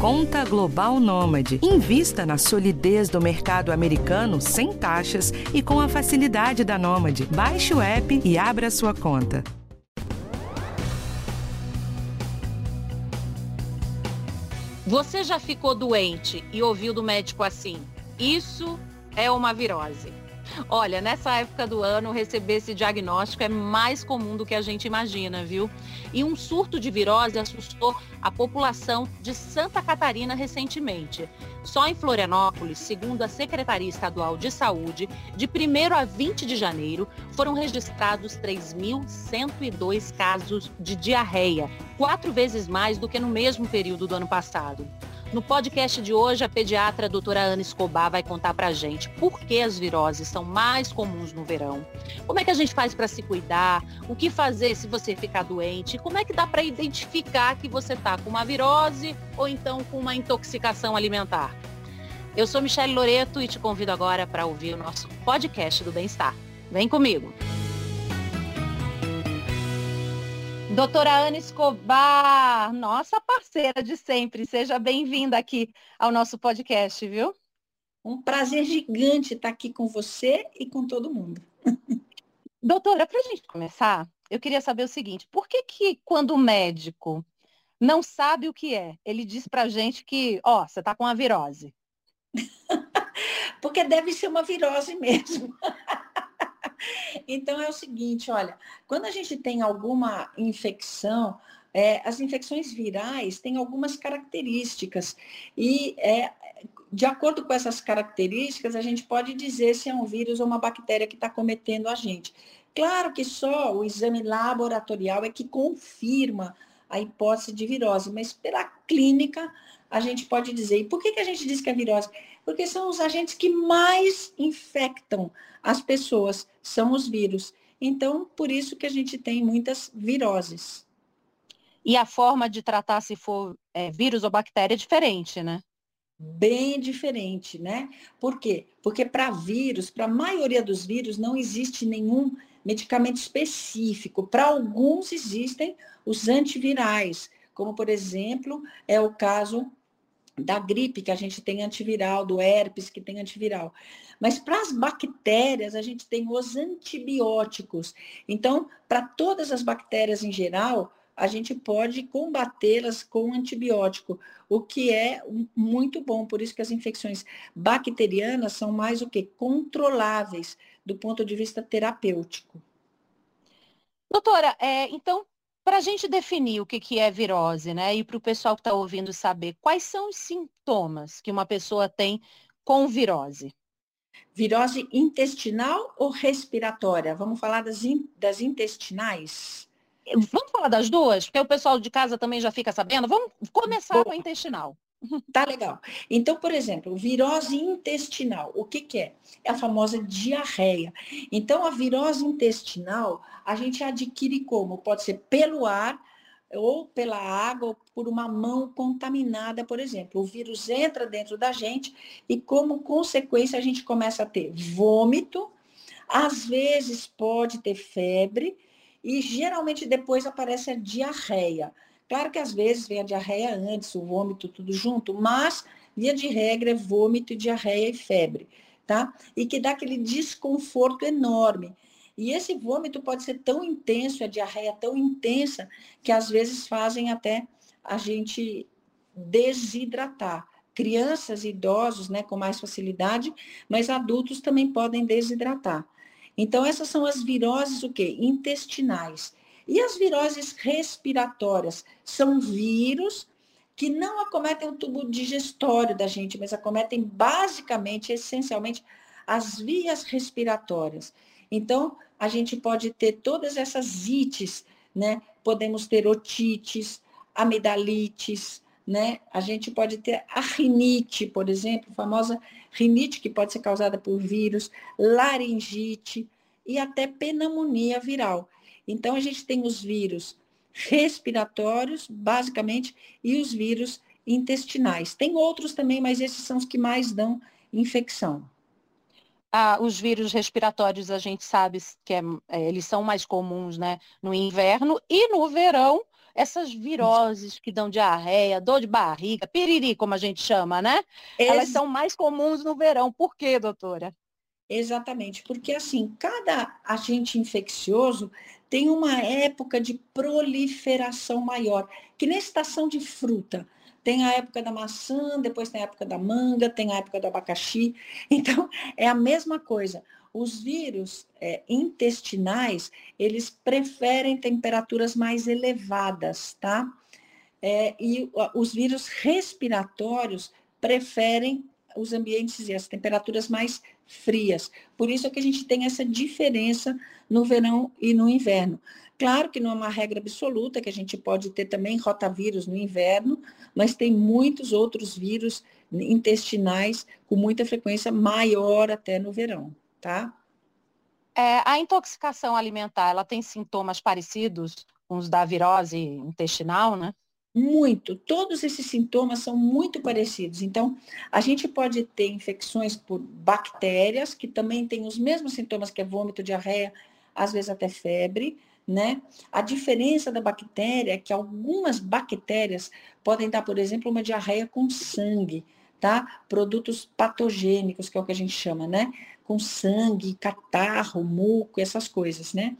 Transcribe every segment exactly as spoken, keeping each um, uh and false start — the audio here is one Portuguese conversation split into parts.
Conta Global Nômade. Invista na solidez do mercado americano sem taxas e com a facilidade da Nômade. Baixe o app e abra sua conta. Você já ficou doente e ouviu do médico assim: isso é uma virose? Olha, nessa época do ano, receber esse diagnóstico é mais comum do que a gente imagina, viu? E um surto de virose assustou a população de Santa Catarina recentemente. Só em Florianópolis, segundo a Secretaria Estadual de Saúde, de primeiro a vinte de janeiro, foram registrados três mil cento e dois casos de diarreia, quatro vezes mais do que no mesmo período do ano passado. No podcast de hoje, a pediatra doutora Ana Escobar vai contar pra gente por que as viroses são mais comuns no verão, como é que a gente faz para se cuidar, o que fazer se você ficar doente, como é que dá para identificar que você está com uma virose ou então com uma intoxicação alimentar. Eu sou Michele Loreto e te convido agora para ouvir o nosso podcast do Bem-Estar. Vem comigo! Doutora Ana Escobar, nossa parceira de sempre, seja bem-vinda aqui ao nosso podcast, viu? Um prazer gigante estar aqui com você e com todo mundo. Doutora, para a gente começar, eu queria saber o seguinte: por que que quando o médico não sabe o que é, ele diz para a gente que, ó, você está com uma virose? Porque deve ser uma virose mesmo. Então é o seguinte, olha, quando a gente tem alguma infecção, é, as infecções virais têm algumas características e é, de acordo com essas características, a gente pode dizer se é um vírus ou uma bactéria que está cometendo a gente. Claro que só o exame laboratorial é que confirma a hipótese de virose, mas pela clínica a gente pode dizer. E por que que a gente diz que é virose? Porque são os agentes que mais infectam as pessoas, são os vírus. Então, por isso que a gente tem muitas viroses. E a forma de tratar, se for é, vírus ou bactéria, é diferente, né? Bem diferente, né? Por quê? Porque para vírus, para a maioria dos vírus, não existe nenhum medicamento específico. Para alguns existem os antivirais, como, por exemplo, é o caso da gripe, que a gente tem antiviral, do herpes, que tem antiviral. Mas para as bactérias, a gente tem os antibióticos. Então, para todas as bactérias em geral, a gente pode combatê-las com antibiótico, o que é muito bom. Por isso que as infecções bacterianas são mais o quê? Controláveis do ponto de vista terapêutico. Doutora, é, então, para a gente definir o que, que é virose, né, e para o pessoal que está ouvindo saber, quais são os sintomas que uma pessoa tem com virose? Virose intestinal ou respiratória? Vamos falar das, in, das intestinais? Vamos falar das duas? Porque o pessoal de casa também já fica sabendo. Vamos começar Boa. com a intestinal. Tá legal. Então, por exemplo, virose intestinal, o que que é? É a famosa diarreia. Então, a virose intestinal, a gente adquire como? Pode ser pelo ar, ou pela água, ou por uma mão contaminada, por exemplo. O vírus entra dentro da gente e, como consequência, a gente começa a ter vômito, às vezes pode ter febre, e geralmente depois aparece a diarreia. Claro que às vezes vem a diarreia antes, o vômito, tudo junto, mas, via de regra, é vômito, diarreia e febre, tá? E que dá aquele desconforto enorme. E esse vômito pode ser tão intenso, a diarreia tão intensa, que às vezes fazem até a gente desidratar. Crianças e idosos, né, com mais facilidade, mas adultos também podem desidratar. Então, essas são as viroses, o quê? Intestinais. E as viroses respiratórias? São vírus que não acometem o tubo digestório da gente, mas acometem basicamente, essencialmente, as vias respiratórias. Então, a gente pode ter todas essas ites, né? Podemos ter otites, amidalites, né? A gente pode ter a rinite, por exemplo, a famosa rinite, que pode ser causada por vírus, laringite e até pneumonia viral. Então, a gente tem os vírus respiratórios, basicamente, e os vírus intestinais. Tem outros também, mas esses são os que mais dão infecção. Ah, os vírus respiratórios, a gente sabe que é, é, eles são mais comuns, né, no inverno, e no verão essas viroses que dão diarreia, dor de barriga, piriri, como a gente chama, né? Elas são mais comuns no verão. Por quê, doutora? Exatamente, porque assim, cada agente infeccioso tem uma época de proliferação maior, que nem estação de fruta. Tem a época da maçã, depois tem a época da manga, tem a época do abacaxi. Então, é a mesma coisa. Os vírus é, intestinais, eles preferem temperaturas mais elevadas, tá? É, e os vírus respiratórios preferem os ambientes e as temperaturas mais frias. Por isso é que a gente tem essa diferença no verão e no inverno. Claro que não é uma regra absoluta, que a gente pode ter também rotavírus no inverno, mas tem muitos outros vírus intestinais com muita frequência maior até no verão, tá? É, a intoxicação alimentar, ela tem sintomas parecidos com os da virose intestinal, né? Muito. Todos esses sintomas são muito parecidos. Então, a gente pode ter infecções por bactérias, que também têm os mesmos sintomas que é vômito, diarreia, às vezes até febre, né? A diferença da bactéria é que algumas bactérias podem dar, por exemplo, uma diarreia com sangue, tá? Produtos patogênicos, que é o que a gente chama, né? Com sangue, catarro, muco, essas coisas, né?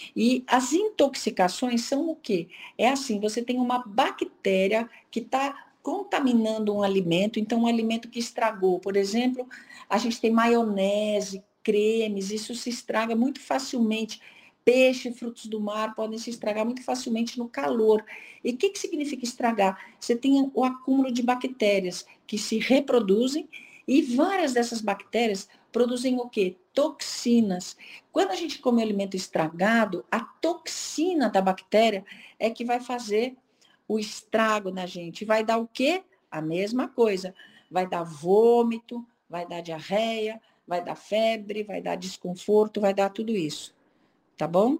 E as intoxicações são o quê? É assim, você tem uma bactéria que está contaminando um alimento, então um alimento que estragou, por exemplo, a gente tem maionese, cremes, isso se estraga muito facilmente. Peixe, frutos do mar podem se estragar muito facilmente no calor. E o que, que significa estragar? Você tem o acúmulo de bactérias que se reproduzem e várias dessas bactérias produzem o quê? Toxinas. Quando a gente come alimento estragado, a toxina da bactéria é que vai fazer o estrago na gente. Vai dar o quê? A mesma coisa. Vai dar vômito, vai dar diarreia, vai dar febre, vai dar desconforto, vai dar tudo isso. Tá bom?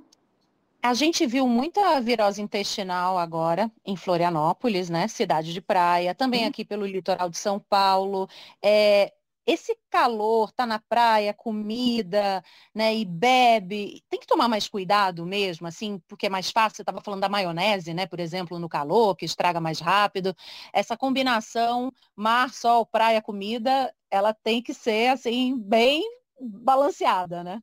A gente viu muita virose intestinal agora em Florianópolis, né? Cidade de praia, também aqui pelo litoral de São Paulo. É, esse calor, tá na praia, comida, né? E bebe, tem que tomar mais cuidado mesmo, assim, porque é mais fácil. Você estava falando da maionese, né? Por exemplo, no calor, que estraga mais rápido. Essa combinação mar, sol, praia, comida, ela tem que ser assim bem balanceada, né?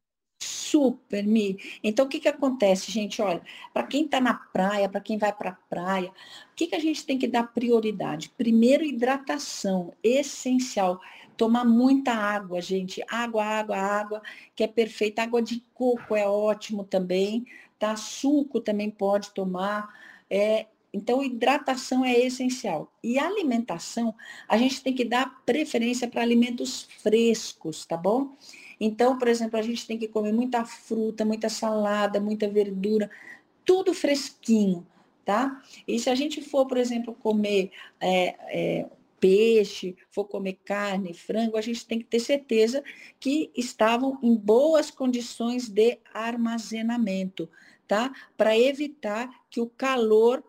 Super, Mi. Então, o que que acontece, gente? Olha, para quem está na praia, para quem vai para a praia, o que que a gente tem que dar prioridade? Primeiro, hidratação, essencial. Tomar muita água, gente. Água, água, água, que é perfeita. Água de coco é ótimo também, tá? Suco também pode tomar. É, então, hidratação é essencial. E alimentação, a gente tem que dar preferência para alimentos frescos, tá bom? Então, por exemplo, a gente tem que comer muita fruta, muita salada, muita verdura, tudo fresquinho, tá? E se a gente for, por exemplo, comer é, é, peixe, for comer carne, frango, a gente tem que ter certeza que estavam em boas condições de armazenamento, tá? Para evitar que o calor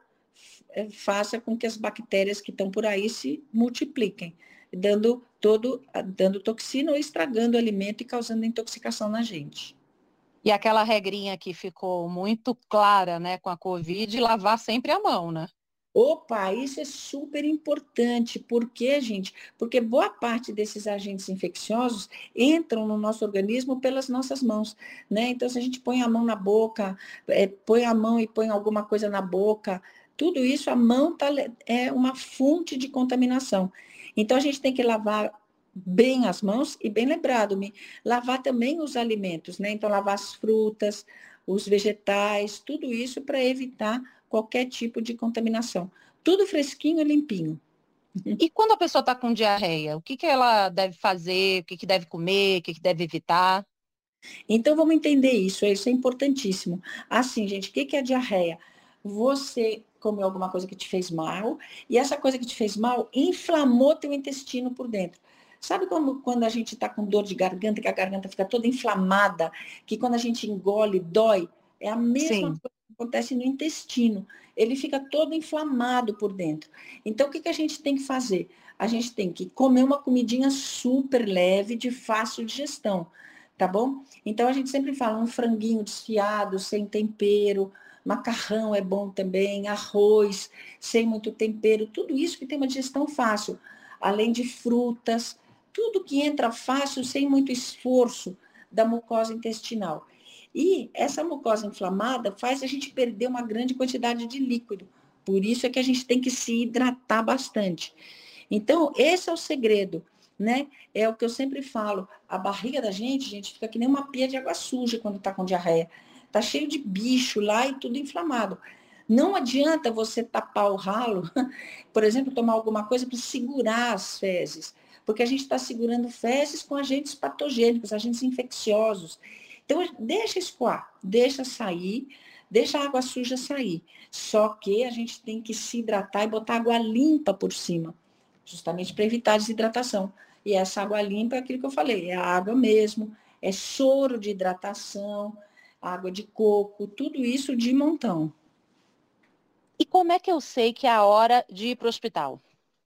faça com que as bactérias que estão por aí se multipliquem, dando todo, dando toxina ou estragando o alimento e causando intoxicação na gente. E aquela regrinha que ficou muito clara, né, com a Covid, lavar sempre a mão, né? Opa, isso é super importante. Por quê, gente? Porque boa parte desses agentes infecciosos entram no nosso organismo pelas nossas mãos, né? Então, se a gente põe a mão na boca, é, põe a mão e põe alguma coisa na boca, tudo isso, a mão tá, é uma fonte de contaminação. Então, a gente tem que lavar bem as mãos e bem lembrado, me lavar também os alimentos, né? Então, lavar as frutas, os vegetais, tudo isso para evitar qualquer tipo de contaminação. Tudo fresquinho e limpinho. E quando a pessoa está com diarreia, o que, que ela deve fazer, o que, que deve comer, o que, que deve evitar? Então, vamos entender isso, isso é importantíssimo. Assim, gente, o que, que é diarreia? Você comeu alguma coisa que te fez mal, e essa coisa que te fez mal inflamou teu intestino por dentro. Sabe como quando a gente está com dor de garganta, que a garganta fica toda inflamada, que quando a gente engole, dói? É a mesma Sim. coisa que acontece no intestino. Ele fica todo inflamado por dentro. Então, o que, que a gente tem que fazer? A gente tem que comer uma comidinha super leve, de fácil digestão, tá bom? Então, a gente sempre fala um franguinho desfiado, sem tempero, Macarrão é bom também, arroz, sem muito tempero, tudo isso que tem uma digestão fácil. Além de frutas, tudo que entra fácil, sem muito esforço da mucosa intestinal. E essa mucosa inflamada faz a gente perder uma grande quantidade de líquido. Por isso é que a gente tem que se hidratar bastante. Então, esse é o segredo, né? É o que eu sempre falo. A barriga da gente, gente, fica que nem uma pia de água suja quando está com diarreia. Está cheio de bicho lá e tudo inflamado. Não adianta você tapar o ralo, por exemplo, tomar alguma coisa para segurar as fezes, porque a gente está segurando fezes com agentes patogênicos, agentes infecciosos. Então, deixa escoar, deixa sair, deixa a água suja sair. Só que a gente tem que se hidratar e botar água limpa por cima, justamente para evitar a desidratação. E essa água limpa é aquilo que eu falei, é a água mesmo, é soro de hidratação, água de coco, tudo isso de montão. E como é que eu sei que é a hora de ir para o hospital?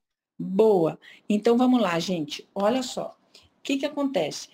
Boa. Então vamos lá, gente. Olha só. O que que acontece?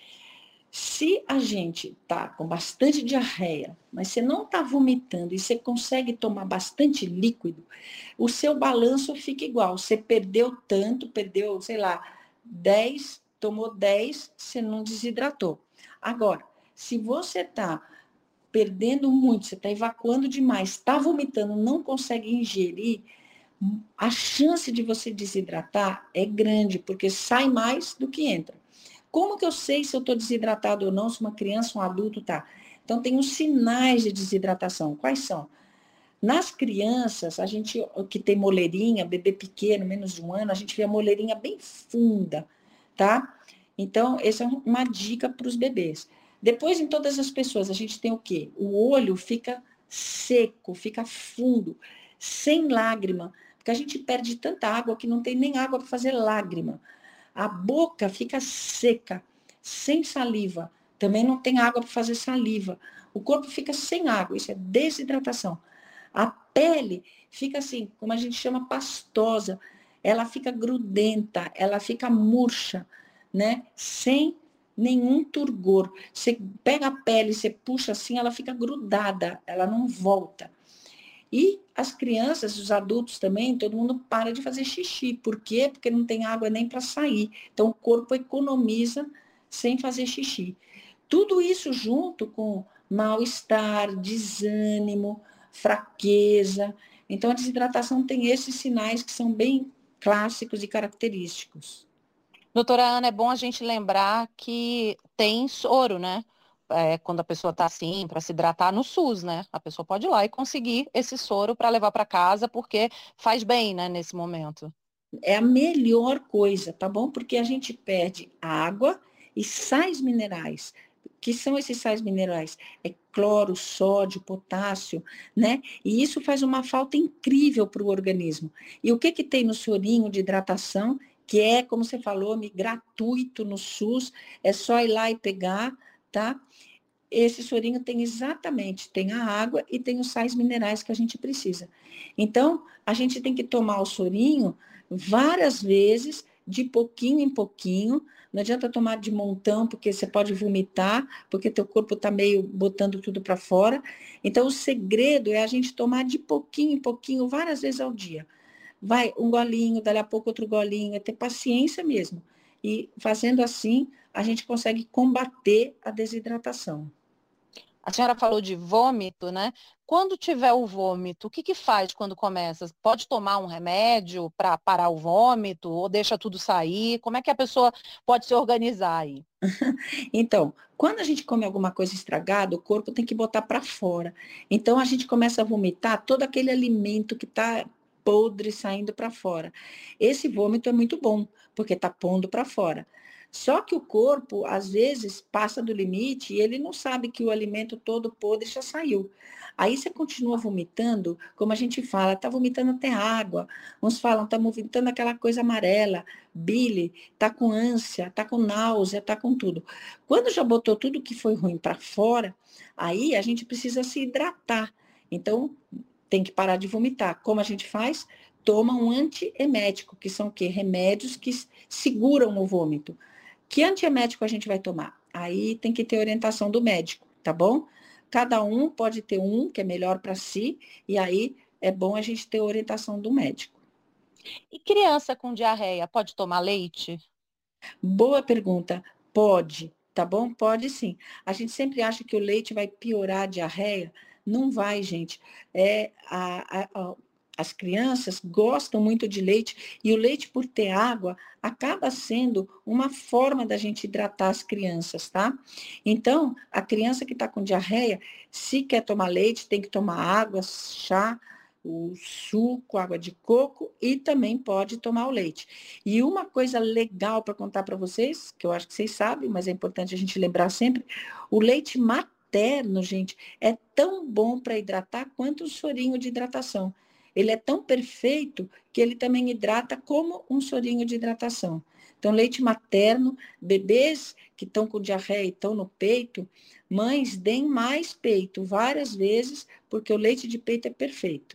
Se a gente tá com bastante diarreia, mas você não tá vomitando e você consegue tomar bastante líquido, o seu balanço fica igual. Você perdeu tanto, perdeu, sei lá, dez, tomou dez, você não desidratou. Agora, se você tá perdendo muito, você está evacuando demais, está vomitando, não consegue ingerir, a chance de você desidratar é grande, porque sai mais do que entra. Como que eu sei se eu estou desidratado ou não, se uma criança ou um adulto está? Então, tem os sinais de desidratação. Quais são? Nas crianças, a gente que tem moleirinha, bebê pequeno, menos de um ano, a gente vê a moleirinha bem funda, tá? Então, essa é uma dica para os bebês. Depois, em todas as pessoas, a gente tem o quê? O olho fica seco, fica fundo, sem lágrima, porque a gente perde tanta água que não tem nem água para fazer lágrima. A boca fica seca, sem saliva, também não tem água para fazer saliva. O corpo fica sem água, isso é desidratação. A pele fica assim, como a gente chama, pastosa, ela fica grudenta, ela fica murcha, né? Sem nenhum turgor. Você pega a pele, você puxa assim, ela fica grudada, ela não volta. E as crianças, os adultos também, todo mundo para de fazer xixi. Por quê? Porque não tem água nem para sair. Então, o corpo economiza sem fazer xixi. Tudo isso junto com mal-estar, desânimo, fraqueza. Então, a desidratação tem esses sinais que são bem clássicos e característicos. Doutora Ana, é bom a gente lembrar que tem soro, né? É, quando a pessoa está assim, para se hidratar no SUS, né? A pessoa pode ir lá e conseguir esse soro para levar para casa, porque faz bem, né, nesse momento. É a melhor coisa, tá bom? Porque a gente perde água e sais minerais. Que são esses sais minerais? É cloro, sódio, potássio, né? E isso faz uma falta incrível para o organismo. E o que que tem no sorinho de hidratação, que é, como você falou, gratuito no SUS, é só ir lá e pegar, tá? Esse sorinho tem exatamente, tem a água e tem os sais minerais que a gente precisa. Então, a gente tem que tomar o sorinho várias vezes, de pouquinho em pouquinho. Não adianta tomar de montão, porque você pode vomitar, porque teu corpo está meio botando tudo para fora. Então, o segredo é a gente tomar de pouquinho em pouquinho, várias vezes ao dia. Vai um golinho, dali a pouco outro golinho, é ter paciência mesmo. E fazendo assim, a gente consegue combater a desidratação. A senhora falou de vômito, né? Quando tiver o vômito, o que que faz quando começa? Pode tomar um remédio para parar o vômito ou deixa tudo sair? Como é que a pessoa pode se organizar aí? Então, quando a gente come alguma coisa estragada, o corpo tem que botar para fora. Então, a gente começa a vomitar todo aquele alimento que está podre saindo para fora. Esse vômito é muito bom, porque está pondo para fora. Só que o corpo, às vezes, passa do limite e ele não sabe que o alimento todo podre já saiu. Aí você continua vomitando, como a gente fala, está vomitando até água. Uns falam, está vomitando aquela coisa amarela, bile, está com ânsia, está com náusea, está com tudo. Quando já botou tudo que foi ruim para fora, aí a gente precisa se hidratar. Então, tem que parar de vomitar. Como a gente faz? Toma um antiemético, que são o quê? Remédios que seguram o vômito. Que antiemético a gente vai tomar? Aí tem que ter orientação do médico, tá bom? cada um pode ter um que é melhor para si, e aí é bom a gente ter a orientação do médico. E criança com diarreia, pode tomar leite? Boa pergunta. Pode, tá bom? Pode sim. A gente sempre acha que o leite vai piorar a diarreia. Não vai, gente. É, a, a, a, as crianças gostam muito de leite e o leite, por ter água, acaba sendo uma forma da gente hidratar as crianças, tá? Então, a criança que está com diarreia, se quer tomar leite, tem que tomar água, chá, o suco, água de coco e também pode tomar o leite. E uma coisa legal para contar para vocês, que eu acho que vocês sabem, mas é importante a gente lembrar sempre, o leite materno, gente, é tão bom para hidratar quanto o sorinho de hidratação. Ele é tão perfeito que ele também hidrata como um sorinho de hidratação. Então, leite materno, bebês que estão com diarreia e estão no peito, mães deem mais peito várias vezes, porque o leite de peito é perfeito.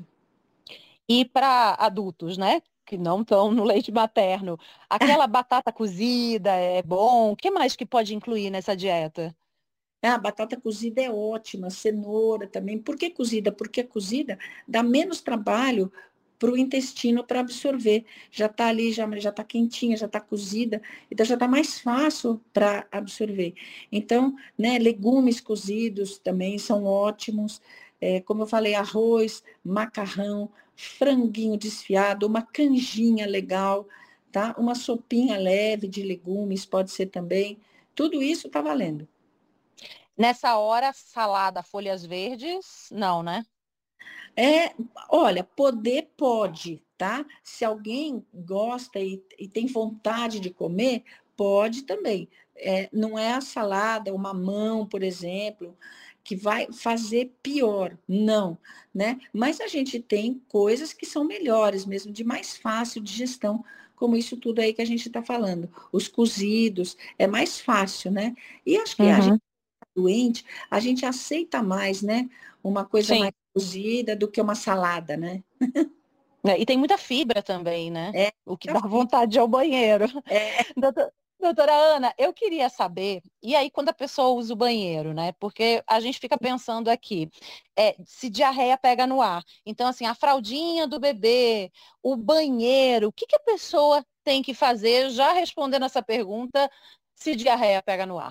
E para adultos, né? Que não estão no leite materno. Aquela batata cozida é bom? O que mais que pode incluir nessa dieta? A batata cozida é ótima, cenoura também. Por que cozida? Porque cozida dá menos trabalho para o intestino para absorver. Já está ali, já está quentinha, já está cozida, então já está mais fácil para absorver. Então, né, legumes cozidos também são ótimos. É, como eu falei, arroz, macarrão, franguinho desfiado, uma canjinha legal, tá? Uma sopinha leve de legumes pode ser também. Tudo isso está valendo. Nessa hora, salada, folhas verdes, não, né? É, olha, poder pode, tá? Se alguém gosta e, e tem vontade de comer, pode também. É, não é a salada, o mamão, por exemplo, que vai fazer pior, não, né? Mas a gente tem coisas que são melhores, mesmo de mais fácil digestão, como isso tudo aí que a gente está falando. Os cozidos, é mais fácil, né? E acho que Uhum. a gente doente, a gente aceita mais, né? Uma coisa Sim. mais cozida do que uma salada, né? É, e tem muita fibra também, né? É, O que dá vontade de ir ao banheiro. é, Doutor- Doutora Ana, eu queria saber, e aí quando a pessoa usa o banheiro, né? Porque a gente fica pensando aqui, é, se diarreia pega no ar. Então, assim, a fraldinha do bebê, o banheiro, o que que a pessoa tem que fazer, já respondendo essa pergunta, se diarreia pega no ar?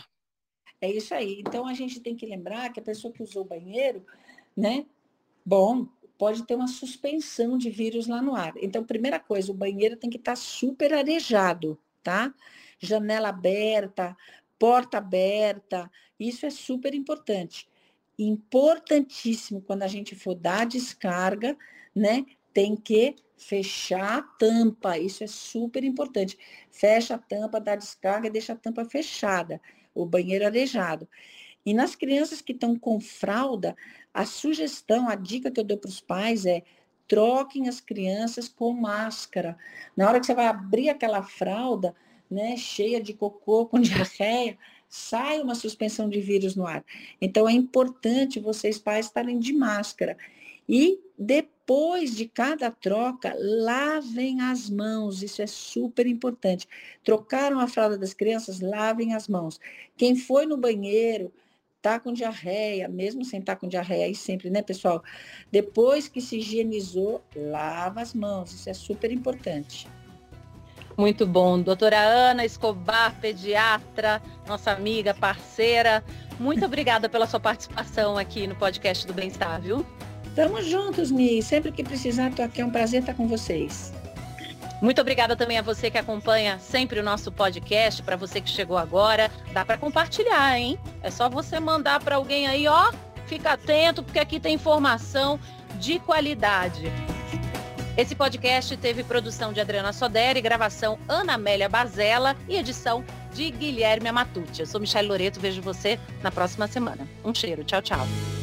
é isso aí. Então a gente tem que lembrar que a pessoa que usou o banheiro, né? Bom, pode ter uma suspensão de vírus lá no ar. Então, primeira coisa, o banheiro tem que estar super arejado, tá? Janela aberta, porta aberta, isso é super importante. Importantíssimo quando a gente for dar a descarga, né? Tem que fechar a tampa, isso é super importante. Fecha a tampa, dá descarga e deixa a tampa fechada, o banheiro arejado. E nas crianças que estão com fralda, a sugestão, a dica que eu dou para os pais é troquem as crianças com máscara. Na hora que você vai abrir aquela fralda, né, cheia de cocô, com diarreia, sai uma suspensão de vírus no ar. Então, é importante vocês, pais, estarem de máscara. E depois de cada troca, lavem as mãos, isso é super importante. Trocaram a fralda das crianças, lavem as mãos. Quem foi no banheiro, tá com diarreia, mesmo sem estar com diarreia, aí sempre, né, pessoal? Depois que se higienizou, lava as mãos, isso é super importante. Muito bom. Doutora Ana Escobar, pediatra, nossa amiga, parceira, muito obrigada pela sua participação aqui no podcast do Bem-Estar, viu? Tamo juntos, Mi. Sempre que precisar, tô aqui. É um prazer estar com vocês. Muito obrigada também a você que acompanha sempre o nosso podcast, para você que chegou agora. Dá para compartilhar, hein? É só você mandar para alguém aí, ó, fica atento, porque aqui tem informação de qualidade. Esse podcast teve produção de Adriana Soderi, gravação Ana Amélia Bazella e edição de Guilherme Amatucci. Eu sou Michele Loreto, vejo você na próxima semana. Um cheiro, tchau, tchau.